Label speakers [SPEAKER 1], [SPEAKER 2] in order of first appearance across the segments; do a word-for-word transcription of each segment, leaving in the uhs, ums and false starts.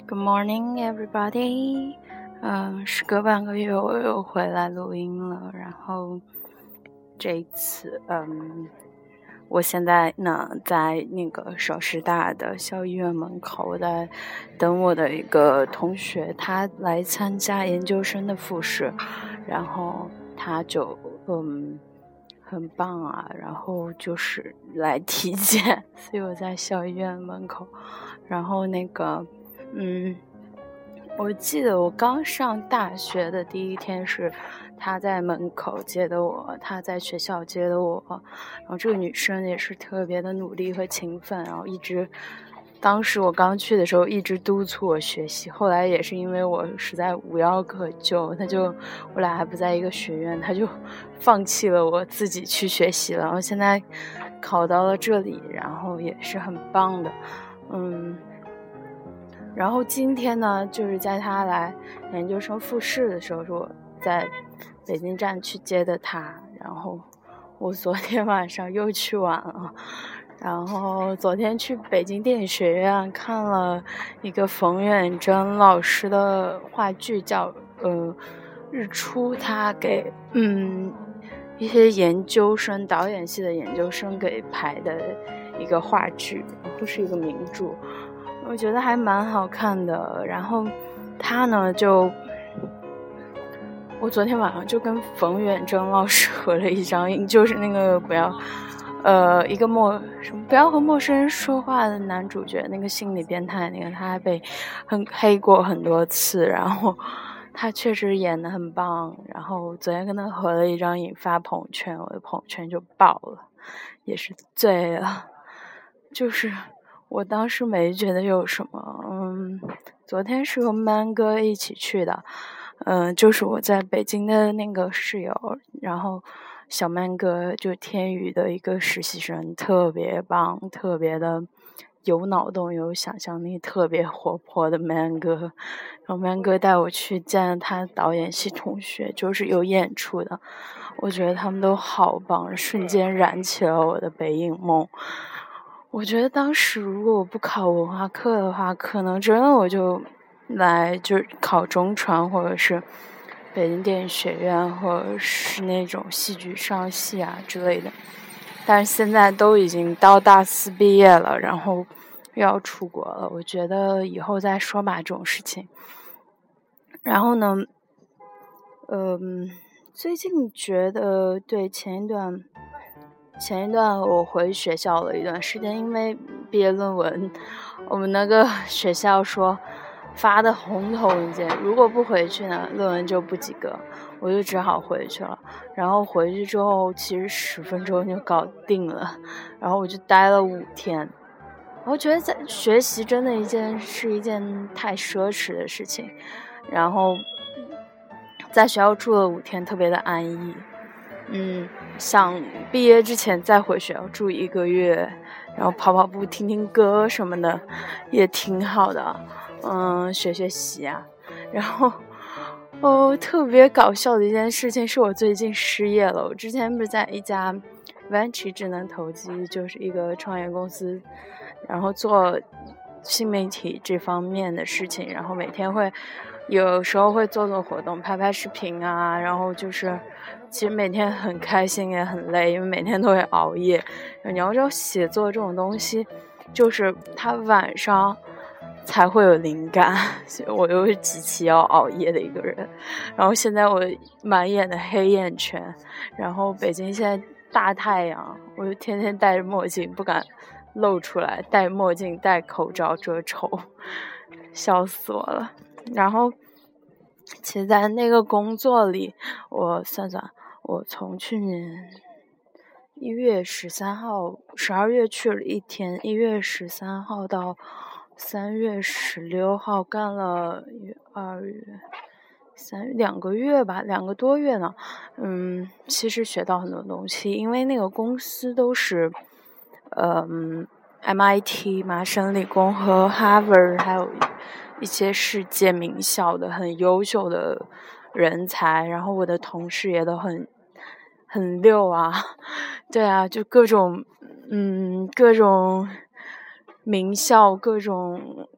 [SPEAKER 1] Good morning, everybody. 嗯，时隔半个月我又回来录音了，然后这一次，嗯，我现在呢在那个首师大的校医院门口，我在等我的一个同学，他来参加研究生的复试，然后他就嗯很棒啊，然后就是来体检，所以我在校医院门口，然后那个嗯。我记得我刚上大学的第一天是他在门口接的我，他在学校接的我，然后这个女生也是特别的努力和勤奋，然后一直当时我刚去的时候一直督促我学习，后来也是因为我实在无药可救，他就我俩还不在一个学院，他就放弃了我自己去学习了，然后现在考到了这里，然后也是很棒的，嗯。然后今天呢，就是在他来研究生复试的时候，是我在北京站去接的他。然后我昨天晚上又去晚了，然后昨天去北京电影学院看了一个冯远征老师的话剧，叫呃日出，他给嗯一些研究生导演系的研究生给排的一个话剧，然后是一个名著。我觉得还蛮好看的，然后他呢就，我昨天晚上就跟冯远征老师合了一张影，就是那个不要，呃，一个陌什么不要和陌生人说话的男主角，那个心理变态那个，他还被很黑过很多次，然后他确实演得很棒，然后昨天跟他合了一张影发朋友圈，我的朋友圈就爆了，也是醉了，就是。我当时没觉得有什么，嗯，昨天是和 Man 哥一起去的，嗯，就是我在北京的那个室友，然后小 Man 哥就天宇的一个实习生，特别棒，特别的有脑洞、有想象力，特别活泼的 Man 哥，然后 Man 哥带我去见他导演系同学，就是有演出的，我觉得他们都好棒，瞬间燃起了我的北影梦。我觉得当时如果我不考文化课的话，可能真的我就来就考中传或者是北京电影学院或者是那种戏剧上戏啊之类的。但是现在都已经到大四毕业了，然后又要出国了，我觉得以后再说吧这种事情。然后呢，嗯，最近觉得对前一段。前一段我回学校了一段时间，因为毕业论文，我们那个学校说发的红头文件，如果不回去呢，论文就不及格，我就只好回去了。然后回去之后，其实十分钟就搞定了，然后我就待了五天。我觉得在学习真的一件是一件太奢侈的事情，然后在学校住了五天，特别的安逸。嗯，想毕业之前再回学校住一个月，然后跑跑步、听听歌什么的，也挺好的。嗯，学学习啊。然后，哦，特别搞笑的一件事情是我最近失业了。我之前不是在一家 Venture 智能投机，就是一个创业公司，然后做新媒体这方面的事情，然后每天会。有时候会做做活动，拍拍视频啊，然后就是其实每天很开心也很累，因为每天都会熬夜。你要知道写作这种东西，就是他晚上才会有灵感，所以我又是极其要熬夜的一个人。然后现在我满眼的黑眼圈，然后北京现在大太阳，我就天天戴着墨镜不敢露出来，戴墨镜戴口罩遮丑，笑死我了。然后其实在那个工作里，我算算，我从去年一月十三号十二月去了一天，一月十三号到三月十六号干了二月三两个月吧，两个多月呢。嗯，其实学到很多东西，因为那个公司都是嗯 M I T 麻省理工和 Harvard 还有一些世界名校的很优秀的人才，然后我的同事也都很很溜啊，对啊，就各种嗯各种名校，各种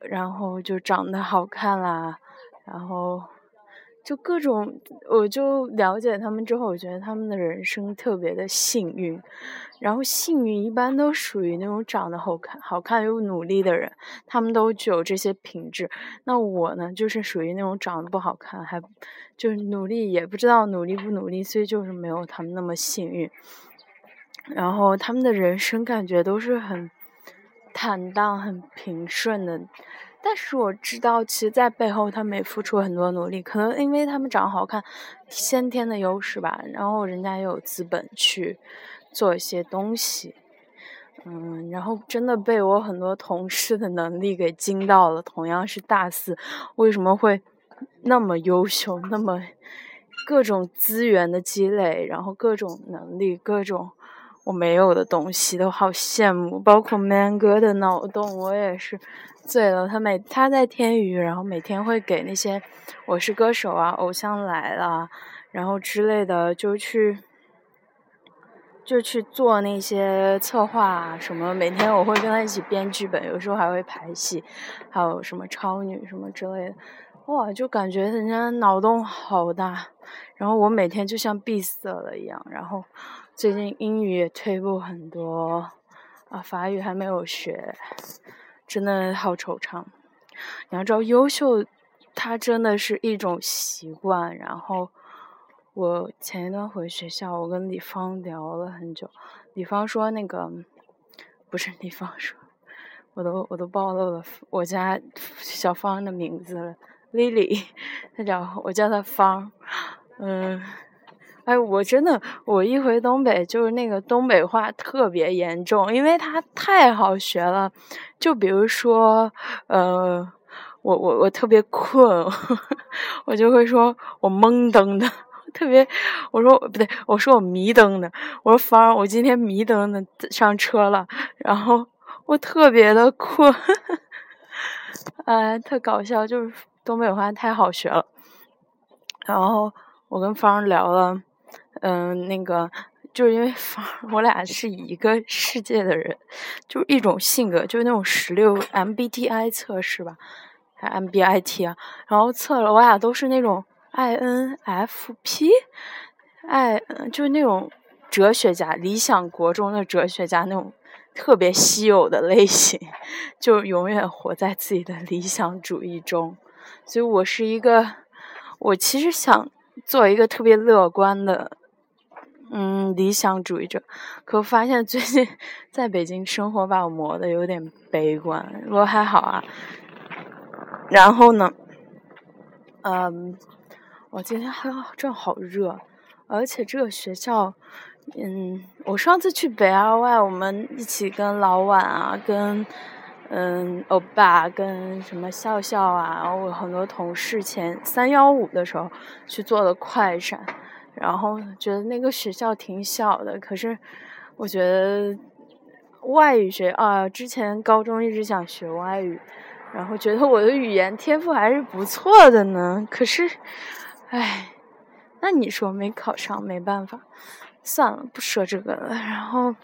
[SPEAKER 1] 然后就长得好看啦，然后就各种，我就了解他们之后，我觉得他们的人生特别的幸运。然后幸运一般都属于那种长得好看、好看又努力的人，他们都具有这些品质。那我呢，就是属于那种长得不好看，还就是努力也不知道努力不努力，所以就是没有他们那么幸运。然后他们的人生感觉都是很坦荡、很平顺的。但是我知道，其实在背后他们也付出很多努力，可能因为他们长得好看，先天的优势吧，然后人家也有资本去做一些东西，嗯，然后真的被我很多同事的能力给惊到了。同样是大四，为什么会那么优秀，那么各种资源的积累，然后各种能力，各种我没有的东西都好羡慕。包括 Man 哥的脑洞，我也是醉了。他每他在天娱，然后每天会给那些我是歌手啊、偶像来了，然后之类的，就去就去做那些策划啊什么。每天我会跟他一起编剧本，有时候还会排戏，还有什么超女什么之类的。哇，就感觉人家脑洞好大，然后我每天就像闭塞了一样。然后最近英语也退步很多啊，法语还没有学，真的好惆怅。你要知道，优秀它真的是一种习惯。然后我前一段回学校，我跟李芳聊了很久。李芳说那个不是李芳说，我都我都暴露了我家小芳的名字了。Lily， 她叫我叫她芳，嗯，哎，我真的，我一回东北，就是那个东北话特别严重，因为它太好学了。就比如说，呃，我我我特别困，我就会说我懵登的，特别，我说不对，我说我迷瞪的，我说芳，我今天迷瞪的上车了，然后我特别的困，哎，特搞笑，就是东北话太好学了。然后我跟芳聊了，嗯、呃，那个就是因为芳，我俩是一个世界的人，就是一种性格，就是那种十六 M B T I 测试吧，还 M B I T 啊，然后测了，我俩都是那种 I N F P， 爱就是那种哲学家，理想国中的哲学家那种特别稀有的类型，就永远活在自己的理想主义中。所以我是一个，我其实想做一个特别乐观的嗯理想主义者，可发现最近在北京生活把我磨得有点悲观。不过还好啊。然后呢嗯，我今天还正好热，而且这个学校嗯，我上次去北二外，我们一起跟老婉啊，跟嗯欧巴，跟什么笑笑啊，然后我很多同事前三幺五的时候去做了快闪，然后觉得那个学校挺小的，可是我觉得外语学啊，之前高中一直想学外语，然后觉得我的语言天赋还是不错的呢，可是，唉，那你说没考上没办法。算了，不说这个了。然后，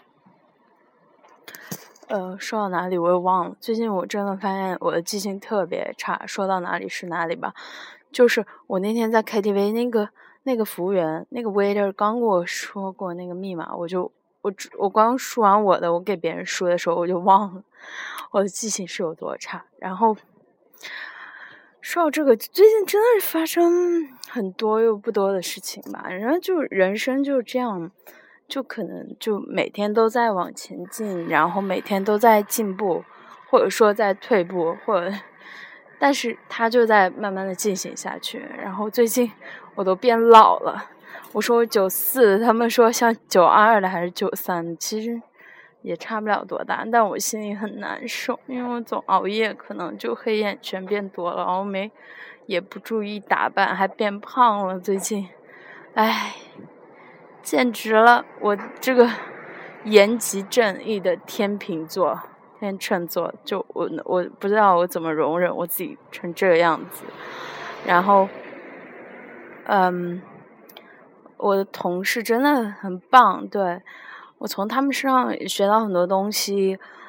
[SPEAKER 1] 呃，说到哪里我也忘了。最近我真的发现我的记性特别差，说到哪里是哪里吧。就是我那天在 K T V， 那个那个服务员那个 waiter 刚跟我说过那个密码，我就我我刚输完我的，我给别人输的时候我就忘了，我的记性是有多差。然后说到这个，最近真的是发生很多又不多的事情吧。然后就人生就这样。就可能就每天都在往前进，然后每天都在进步，或者说在退步，或者，但是它就在慢慢的进行下去。然后最近我都变老了，我说我九四，他们说像九二的还是九三，其实也差不了多大，但我心里很难受，因为我总熬夜，可能就黑眼圈变多了，然后没也不注意打扮，还变胖了。最近，唉。简直了！我这个严极正义的天秤座、天秤座，就我我不知道我怎么容忍我自己成这个样子。然后，嗯，我的同事真的很棒，对，我从他们身上学到很多东西。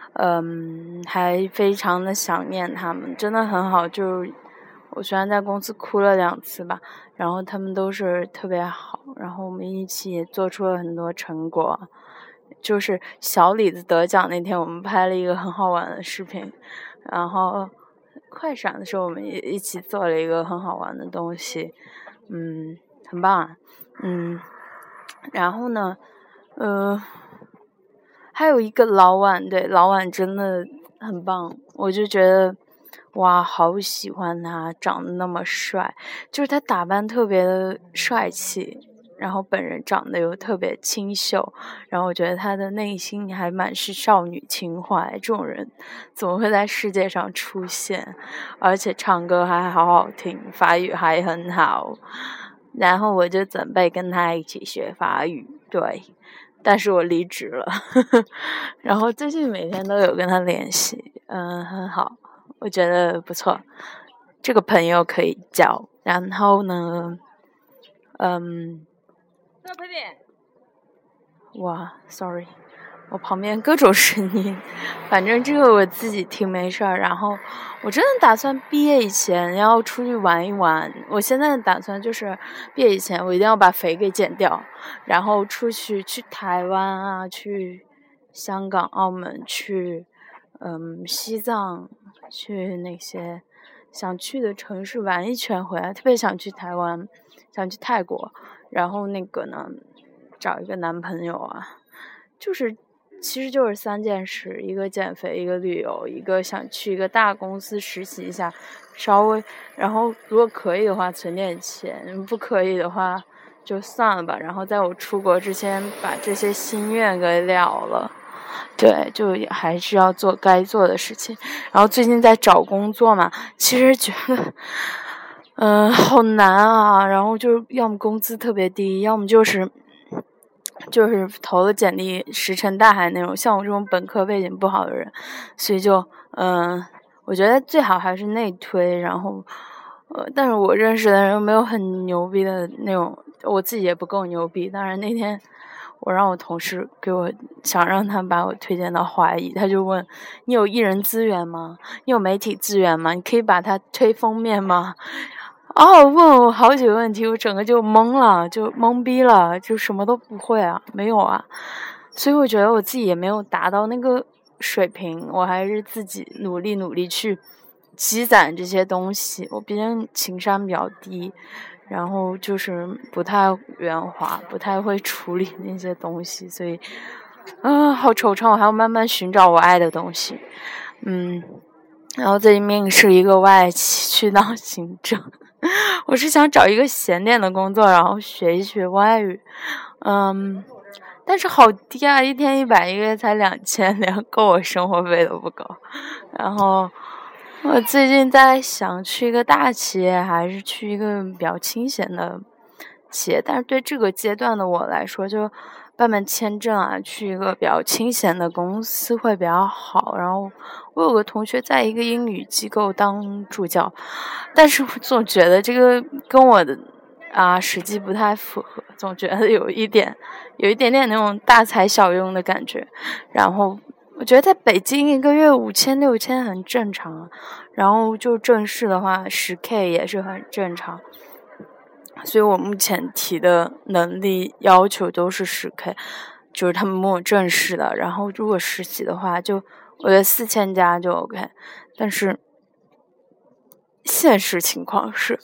[SPEAKER 1] 嗯，还非常的想念他们，真的很好。就我虽然在公司哭了两次吧，然后他们都是特别好，然后我们一起也做出了很多成果。就是小李子得奖那天，我们拍了一个很好玩的视频，然后快闪的时候我们也一起做了一个很好玩的东西，嗯，很棒啊，嗯，然后呢，呃，还有一个老婉，对，老婉真的很棒，我就觉得哇，好喜欢他，长得那么帅，就是他打扮特别的帅气，然后本人长得又特别清秀，然后我觉得他的内心还满是少女情怀，这种人怎么会在世界上出现？而且唱歌还好好听，法语还很好，然后我就准备跟他一起学法语，对，但是我离职了，然后最近每天都有跟他联系，嗯，很好，我觉得不错，这个朋友可以交，然后呢，嗯。快点！哇 ，sorry，我旁边各种声音，反正这个我自己听没事儿。然后我真的打算毕业以前要出去玩一玩。我现在的打算就是毕业以前我一定要把肥给减掉，然后出去去台湾啊，去香港、澳门，去嗯西藏，去那些想去的城市玩一圈回来。特别想去台湾，想去泰国。然后那个呢，找一个男朋友啊，就是其实就是三件事，一个减肥，一个旅游，一个想去一个大公司实习一下，稍微，然后如果可以的话存点钱，不可以的话就算了吧。然后在我出国之前把这些心愿给了了，对，就还是要做该做的事情。然后最近在找工作嘛，其实觉得嗯、呃，好难啊，然后就要么工资特别低，要么就是就是投了简历石沉大海那种，像我这种本科背景不好的人，所以就嗯、呃，我觉得最好还是内推，然后呃，但是我认识的人又没有很牛逼的那种，我自己也不够牛逼。当然那天我让我同事给我想让他把我推荐到华谊，他就问你有艺人资源吗？你有媒体资源吗？你可以把它推封面吗？哦，问我好几个问题，我整个就懵了，就懵逼了，就什么都不会啊，没有啊，所以我觉得我自己也没有达到那个水平，我还是自己努力努力去积攒这些东西。我毕竟情商比较低，然后就是不太圆滑，不太会处理那些东西，所以，啊，好惆怅，我还要慢慢寻找我爱的东西，嗯。然后最近面试一个外企去当行政，我是想找一个闲点的工作，然后学一学外语，嗯，但是好低啊，一天一百，一个月才两千，连够我生活费都不够。然后我最近在想去一个大企业，还是去一个比较清闲的企业，但是对这个阶段的我来说，就办办签证啊，去一个比较清闲的公司会比较好。然后我有个同学在一个英语机构当助教，但是我总觉得这个跟我的啊实际不太符合，总觉得有一点有一点点那种大材小用的感觉。然后我觉得在北京一个月五千六千很正常啊，然后就正式的话十 K 也是很正常。所以我目前提的能力要求都是十 K， 就是他们问我正式的，然后如果实习的话就我觉得四千加就 OK， 但是现实情况是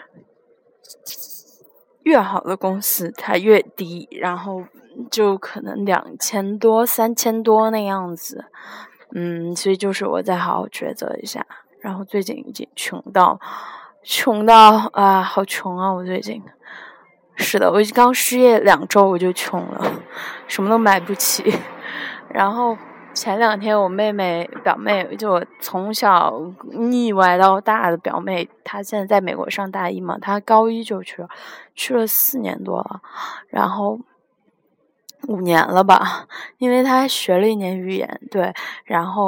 [SPEAKER 1] 越好的公司它越低，然后就可能两千多三千多那样子，嗯，所以就是我再好好抉择一下。然后最近已经穷到穷到啊，好穷啊！我最近是的，我刚失业两周我就穷了，什么都买不起。然后前两天我妹妹表妹，就我从小腻歪到大的表妹，她现在在美国上大一嘛，她高一就去了，去了四年多了，然后五年了吧，因为她学了一年语言，对，然后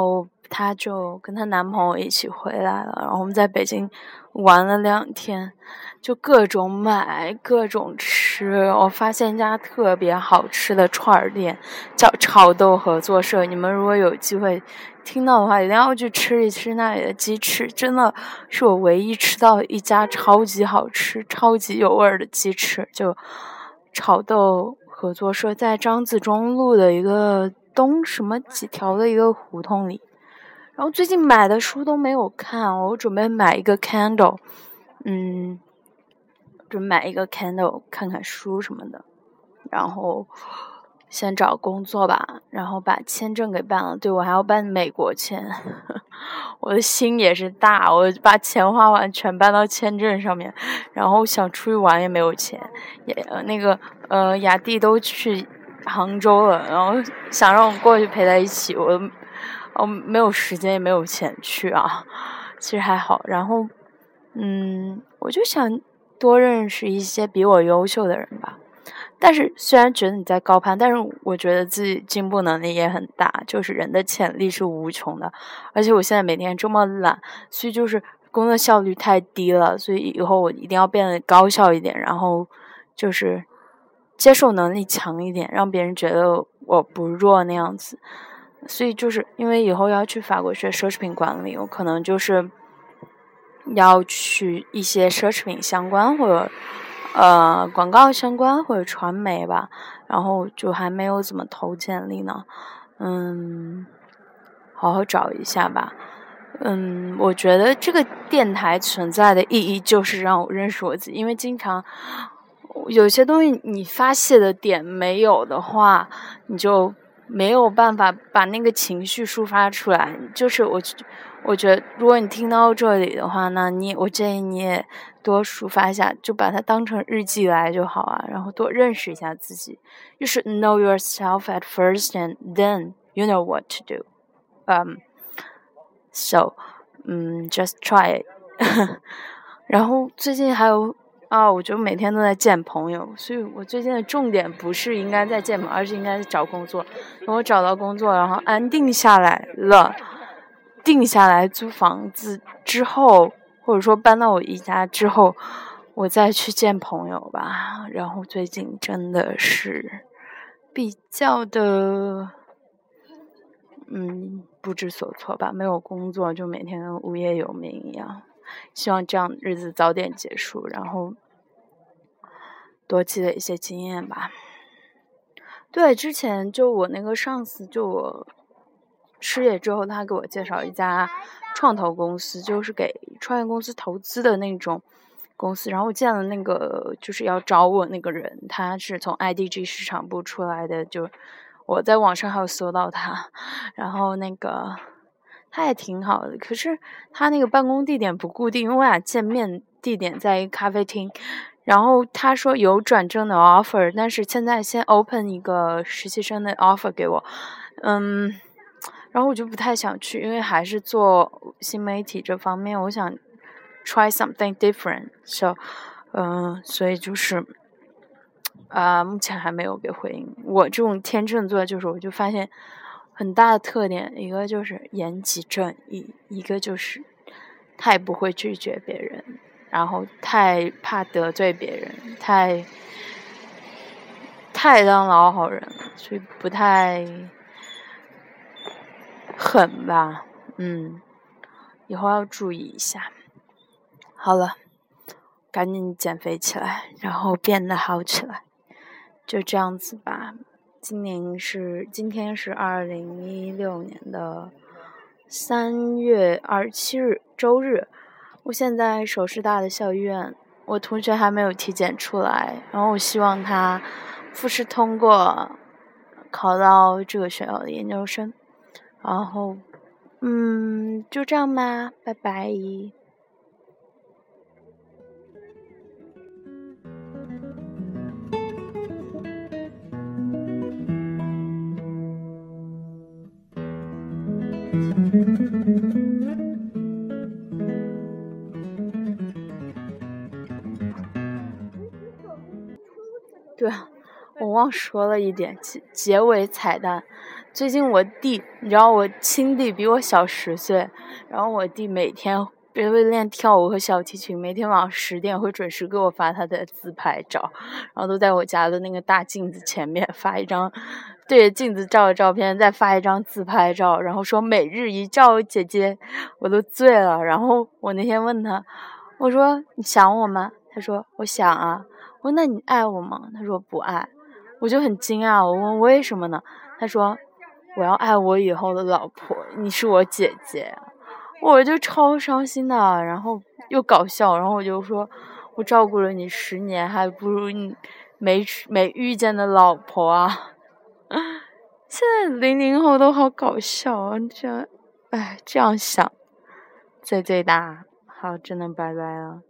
[SPEAKER 1] 她就跟她男朋友一起回来了，然后我们在北京玩了两天，就各种买各种吃。我发现一家特别好吃的串儿店，叫炒豆合作社，你们如果有机会听到的话，一定要去吃一吃那里的鸡翅，真的是我唯一吃到一家超级好吃、超级有味儿的鸡翅。就炒豆合作社在张自忠路的一个东什么几条的一个胡同里。然后最近买的书都没有看，我准备买一个 Kindle， 嗯，准备买一个 Kindle 看看书什么的，然后先找工作吧，然后把签证给办了。对，我还要办美国签，我的心也是大，我把钱花完全搬到签证上面，然后想出去玩也没有钱，也呃那个呃雅蒂都去杭州了，然后想让我过去陪他一起，我我没有时间也没有钱去啊，其实还好。然后嗯，我就想多认识一些比我优秀的人吧。但是虽然觉得你在高攀，但是我觉得自己进步能力也很大，就是人的潜力是无穷的。而且我现在每天这么懒，所以就是工作效率太低了，所以以后我一定要变得高效一点，然后就是接受能力强一点，让别人觉得我不弱那样子。所以就是因为以后要去法国学奢侈品管理，我可能就是要去一些奢侈品相关或者呃，广告相关或者传媒吧，然后就还没有怎么投简历呢，嗯，好好找一下吧。嗯，我觉得这个电台存在的意义就是让我认识我自己，因为经常有些东西你发泄的点没有的话，你就没有办法把那个情绪抒发出来。就是我我觉得如果你听到这里的话，那你我建议你也多抒发一下，就把它当成日记来就好啊，然后多认识一下自己。You should know yourself at first and then you know what to do. Um, so, 嗯 just try it. 然后最近还有啊，我就每天都在见朋友，所以我最近的重点不是应该在见朋友，而是应该找工作。等我找到工作，然后安定下来了，定下来租房子之后，或者说搬到我姨家之后，我再去见朋友吧。然后最近真的是比较的，嗯，不知所措吧，没有工作，就每天跟无业游民一样。希望这样日子早点结束，然后多积累一些经验吧。对，之前就我那个上司，就我失业之后，他给我介绍一家创投公司，就是给创业公司投资的那种公司。然后我见了那个就是要找我那个人，他是从 I D G 市场部出来的，就我在网上还有搜到他，然后那个他也挺好的，可是他那个办公地点不固定，因为我俩见面地点在一个咖啡厅。然后他说有转正的 offer， 但是现在先 open 一个实习生的 offer 给我，嗯，然后我就不太想去，因为还是做新媒体这方面，我想 try something different，so， 嗯、呃，所以就是啊、呃，目前还没有给回应。我这种天秤座就是，我就发现很大的特点，一个就是言极正义，一个就是太不会拒绝别人。然后太怕得罪别人，太太当老好人了，所以不太狠吧，嗯，以后要注意一下。好了，赶紧减肥起来，然后变得好起来，就这样子吧。今年是今天是二零一六年的三月二十七日，周日。我现在首师大的校医院，我同学还没有体检出来，然后我希望他复试通过，考到这个学校的研究生。然后，嗯，就这样吧，拜拜。对啊，我忘。 忘说了一点，结结尾彩蛋。最近我弟，你知道我亲弟比我小十岁，然后我弟每天因为练跳舞和小提琴，每天晚上十点会准时给我发他的自拍照，然后都在我家的那个大镜子前面发一张对着镜子照的照片，再发一张自拍照，然后说每日一照姐姐，我都醉了。然后我那天问他，我说你想我吗？他说我想啊。我说那你爱我吗？他说不爱。我就很惊讶，我问为什么呢？他说我要爱我以后的老婆，你是我姐姐。我就超伤心的，然后又搞笑，然后我就说我照顾了你十年，还不如你没没遇见的老婆啊。现在零零后都好搞笑啊，这样哎这样想，最最大好，真的拜拜了。